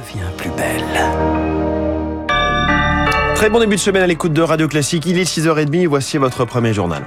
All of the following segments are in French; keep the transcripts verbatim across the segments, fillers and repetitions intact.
devient plus belle. Très bon début de semaine à l'écoute de Radio Classique. Il est six heures trente, voici votre premier journal.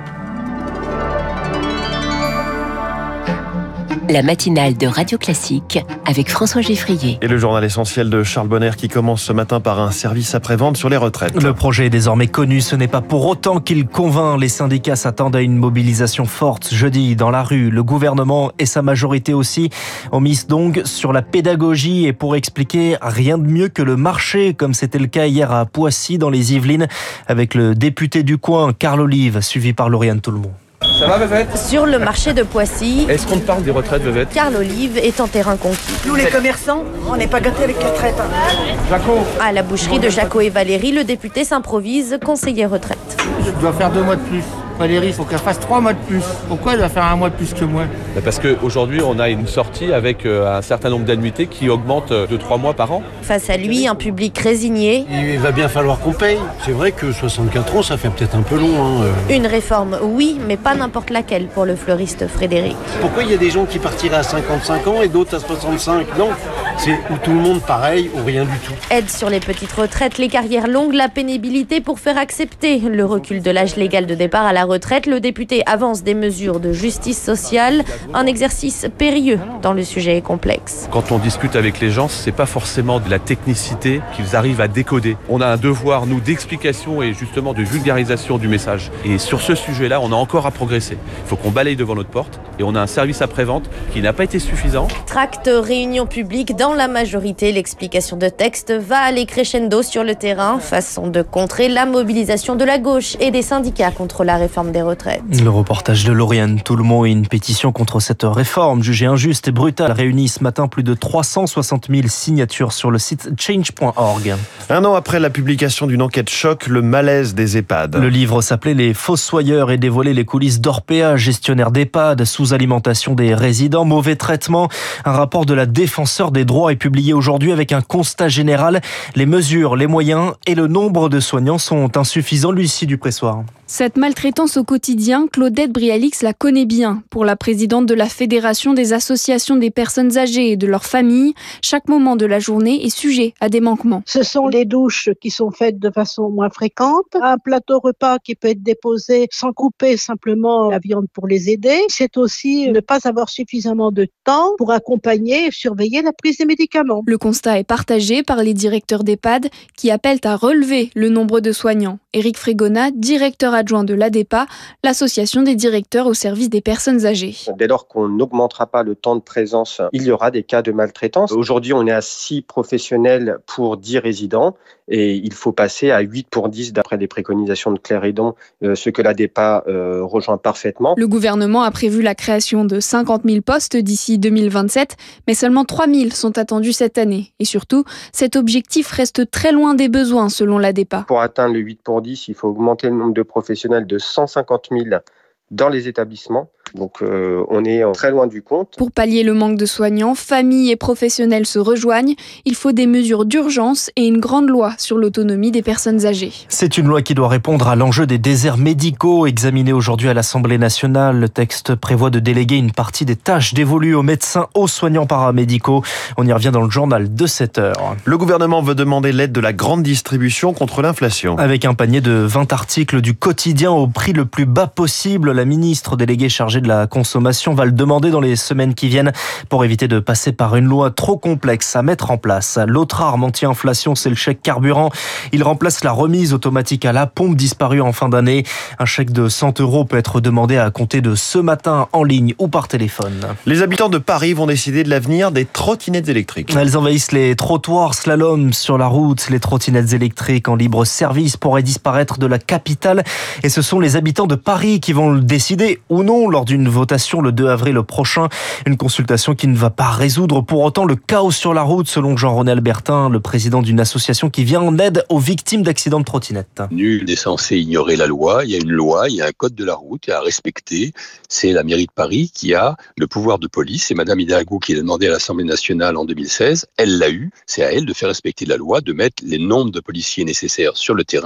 La matinale de Radio Classique avec François Geffrier. Et le journal essentiel de Charles Bonner qui commence ce matin par un service après-vente sur les retraites. Le projet est désormais connu, ce n'est pas pour autant qu'il convainc. Les syndicats s'attendent à une mobilisation forte jeudi dans la rue. Le gouvernement et sa majorité aussi ont mis donc sur la pédagogie et pour expliquer rien de mieux que le marché, comme c'était le cas hier à Poissy dans les Yvelines avec le député du coin, Carl Olive, suivi par Lauriane Toulmont. Ça va, Vevette ? Sur le marché de Poissy, Est-ce qu'on te parle des retraites, Vevette ? Carl Olive est en terrain conquis. Nous les commerçants, on n'est pas gâtés avec les retraites. Jaco, À la boucherie de Jaco et Valérie, le député s'improvise conseiller retraite. Je dois faire deux mois de plus. Valérie, il faut qu'elle fasse trois mois de plus. Pourquoi elle doit faire un mois de plus que moi ? parce qu'aujourd'hui, on a une sortie avec un certain nombre d'annuités qui augmente de trois mois par an. Face à lui, un public résigné. Il va bien falloir qu'on paye. C'est vrai que soixante-quatre ans, ça fait peut-être un peu long. Hein. Une réforme, oui, mais pas n'importe laquelle pour le fleuriste Frédéric. Pourquoi il y a des gens qui partiraient à cinquante-cinq ans et d'autres à soixante-cinq ? Non, c'est où tout le monde pareil ou rien du tout. Aide sur les petites retraites, les carrières longues, la pénibilité pour faire accepter le recul de l'âge légal de départ à la retraite. Le député avance des mesures de justice sociale, un exercice périlleux tant le sujet est complexe. Quand on discute avec les gens, c'est pas forcément de la technicité qu'ils arrivent à décoder. On a un devoir, nous, d'explication et justement de vulgarisation du message. Et sur ce sujet-là, on a encore à progresser. Il faut qu'on balaye devant notre porte et on a un service après-vente qui n'a pas été suffisant. Tracts, réunions publiques, dans la majorité, l'explication de texte va aller crescendo sur le terrain, façon de contrer la mobilisation de la gauche et des syndicats contre la réforme des retraites. Le reportage de Lauriane Toulmont et une pétition contre cette réforme jugée injuste et brutale réunit ce matin plus de trois cent soixante mille signatures sur le site change point org. Un an après la publication d'une enquête choc, le malaise des EHPAD. Le livre s'appelait Les Fossoyeurs et dévoilait les coulisses d'Orpea, gestionnaire d'EHPAD, sous-alimentation des résidents, mauvais traitement. Un rapport de la défenseur des droits est publié aujourd'hui avec un constat général. Les mesures, les moyens et le nombre de soignants sont insuffisants. Lucie Dupressoir. Cette maltraitance au quotidien, Claudette Brialix la connaît bien. Pour la présidente de la Fédération des associations des personnes âgées et de leurs familles, chaque moment de la journée est sujet à des manquements. Ce sont les douches qui sont faites de façon moins fréquente, un plateau repas qui peut être déposé sans couper simplement la viande pour les aider. C'est aussi ne pas avoir suffisamment de temps pour accompagner et surveiller la prise des médicaments. Le constat est partagé par les directeurs d'EHPAD qui appellent à relever le nombre de soignants. Éric Frégona, directeur adjoint de l'A D E P A, l'association des directeurs au service des personnes âgées. Dès lors qu'on n'augmentera pas le temps de présence, il y aura des cas de maltraitance. Aujourd'hui, on est à six professionnels pour dix résidents et il faut passer à huit pour dix d'après les préconisations de Claire Hédon, euh, ce que l'A D E P A euh, rejoint parfaitement. Le gouvernement a prévu la création de cinquante mille postes d'ici deux mille vingt-sept, mais seulement trois mille sont attendus cette année. Et surtout, cet objectif reste très loin des besoins selon l'A D E P A. Pour atteindre le huit pour dix, il faut augmenter le nombre de professionnels de cent cinquante mille dans les établissements. Donc euh, on est très loin du compte. Pour pallier le manque de soignants, familles et professionnels se rejoignent. Il faut des mesures d'urgence et une grande loi sur l'autonomie des personnes âgées. C'est une loi qui doit répondre à l'enjeu des déserts médicaux examiné aujourd'hui à l'Assemblée nationale. Le texte prévoit de déléguer une partie des tâches dévolues aux médecins, aux soignants paramédicaux. On y revient dans le journal de sept heures. Le gouvernement veut demander l'aide de la grande distribution contre l'inflation. Avec un panier de vingt articles du quotidien au prix le plus bas possible, la ministre déléguée chargée de la consommation va le demander dans les semaines qui viennent pour éviter de passer par une loi trop complexe à mettre en place. L'autre arme anti-inflation, c'est le chèque carburant. Il remplace la remise automatique à la pompe disparue en fin d'année. Un chèque de cent euros peut être demandé à compter de ce matin en ligne ou par téléphone. Les habitants de Paris vont décider de l'avenir des trottinettes électriques. Elles envahissent les trottoirs, slalom sur la route. Les trottinettes électriques en libre service pourraient disparaître de la capitale. Et ce sont les habitants de Paris qui vont le décider ou non lors d'une votation le deux avril prochain. Une consultation qui ne va pas résoudre pour autant le chaos sur la route, selon Jean-René Albertin, le président d'une association qui vient en aide aux victimes d'accidents de trottinette. Nul n'est censé ignorer la loi. Il y a une loi, il y a un code de la route à respecter. C'est la mairie de Paris qui a le pouvoir de police. C'est Madame Hidalgo qui l'a demandé à l'Assemblée nationale en deux mille seize. Elle l'a eu. C'est à elle de faire respecter la loi, de mettre les nombres de policiers nécessaires sur le terrain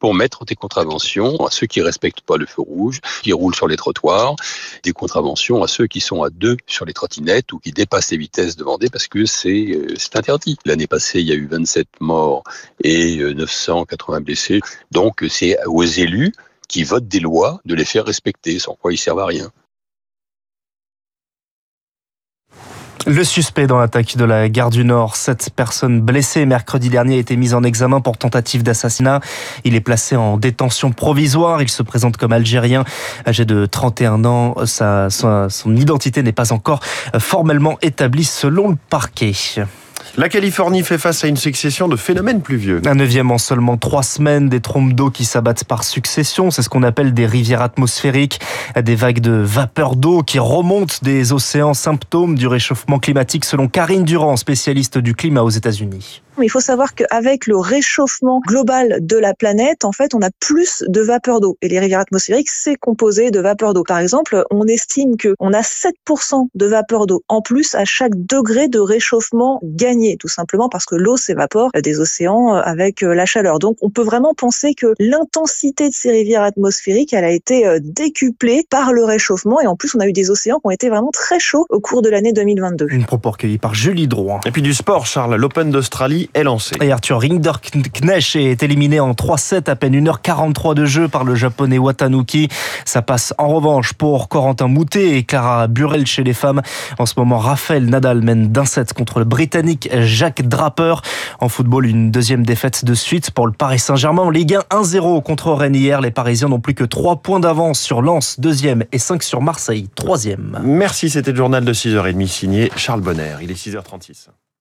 pour mettre des contraventions à ceux qui respectent pas le feu rouge, qui roulent sur les trottoirs, des contraventions à ceux qui sont à deux sur les trottinettes ou qui dépassent les vitesses demandées parce que c'est, euh, c'est interdit. L'année passée, il y a eu vingt-sept morts et neuf cent quatre-vingts blessés. Donc, c'est aux élus qui votent des lois de les faire respecter, sans quoi ils servent à rien. Le suspect dans l'attaque de la gare du Nord, cette personne blessée mercredi dernier a été mise en examen pour tentative d'assassinat. Il est placé en détention provisoire. Il se présente comme algérien, âgé de trente et un ans. Sa, sa, son identité n'est pas encore formellement établie selon le parquet. La Californie fait face à une succession de phénomènes pluvieux. Un neuvième en seulement trois semaines, des trompes d'eau qui s'abattent par succession. C'est ce qu'on appelle des rivières atmosphériques, des vagues de vapeur d'eau qui remontent des océans, symptômes du réchauffement climatique selon Karine Durand, spécialiste du climat aux États-Unis. Il faut savoir qu'avec le réchauffement global de la planète, en fait, on a plus de vapeur d'eau. Et les rivières atmosphériques, c'est composé de vapeur d'eau. Par exemple, on estime qu'on a sept pour cent de vapeur d'eau en plus à chaque degré de réchauffement gagné, tout simplement parce que l'eau s'évapore des océans avec la chaleur. Donc, on peut vraiment penser que l'intensité de ces rivières atmosphériques, elle a été décuplée par le réchauffement. Et en plus, on a eu des océans qui ont été vraiment très chauds au cours de l'année deux mille vingt-deux. Une propos recueillie par Julie Drouin. Et puis du sport, Charles, l'Open d'Australie est lancé. Et Arthur Rinderknecht est éliminé en trois sept, à peine une heure quarante-trois de jeu par le japonais Watanuki. Ça passe en revanche pour Corentin Moutet et Clara Burel chez les femmes. En ce moment, Rafael Nadal mène d'un set contre le Britannique Jack Draper. En football, une deuxième défaite de suite pour le Paris Saint-Germain. En Ligue un, un zéro contre Rennes hier. Les Parisiens n'ont plus que trois points d'avance sur Lens, deuxième, et cinq sur Marseille, troisième. Merci, c'était le journal de six heures trente signé Charles Bonner. Il est six heures trente-six.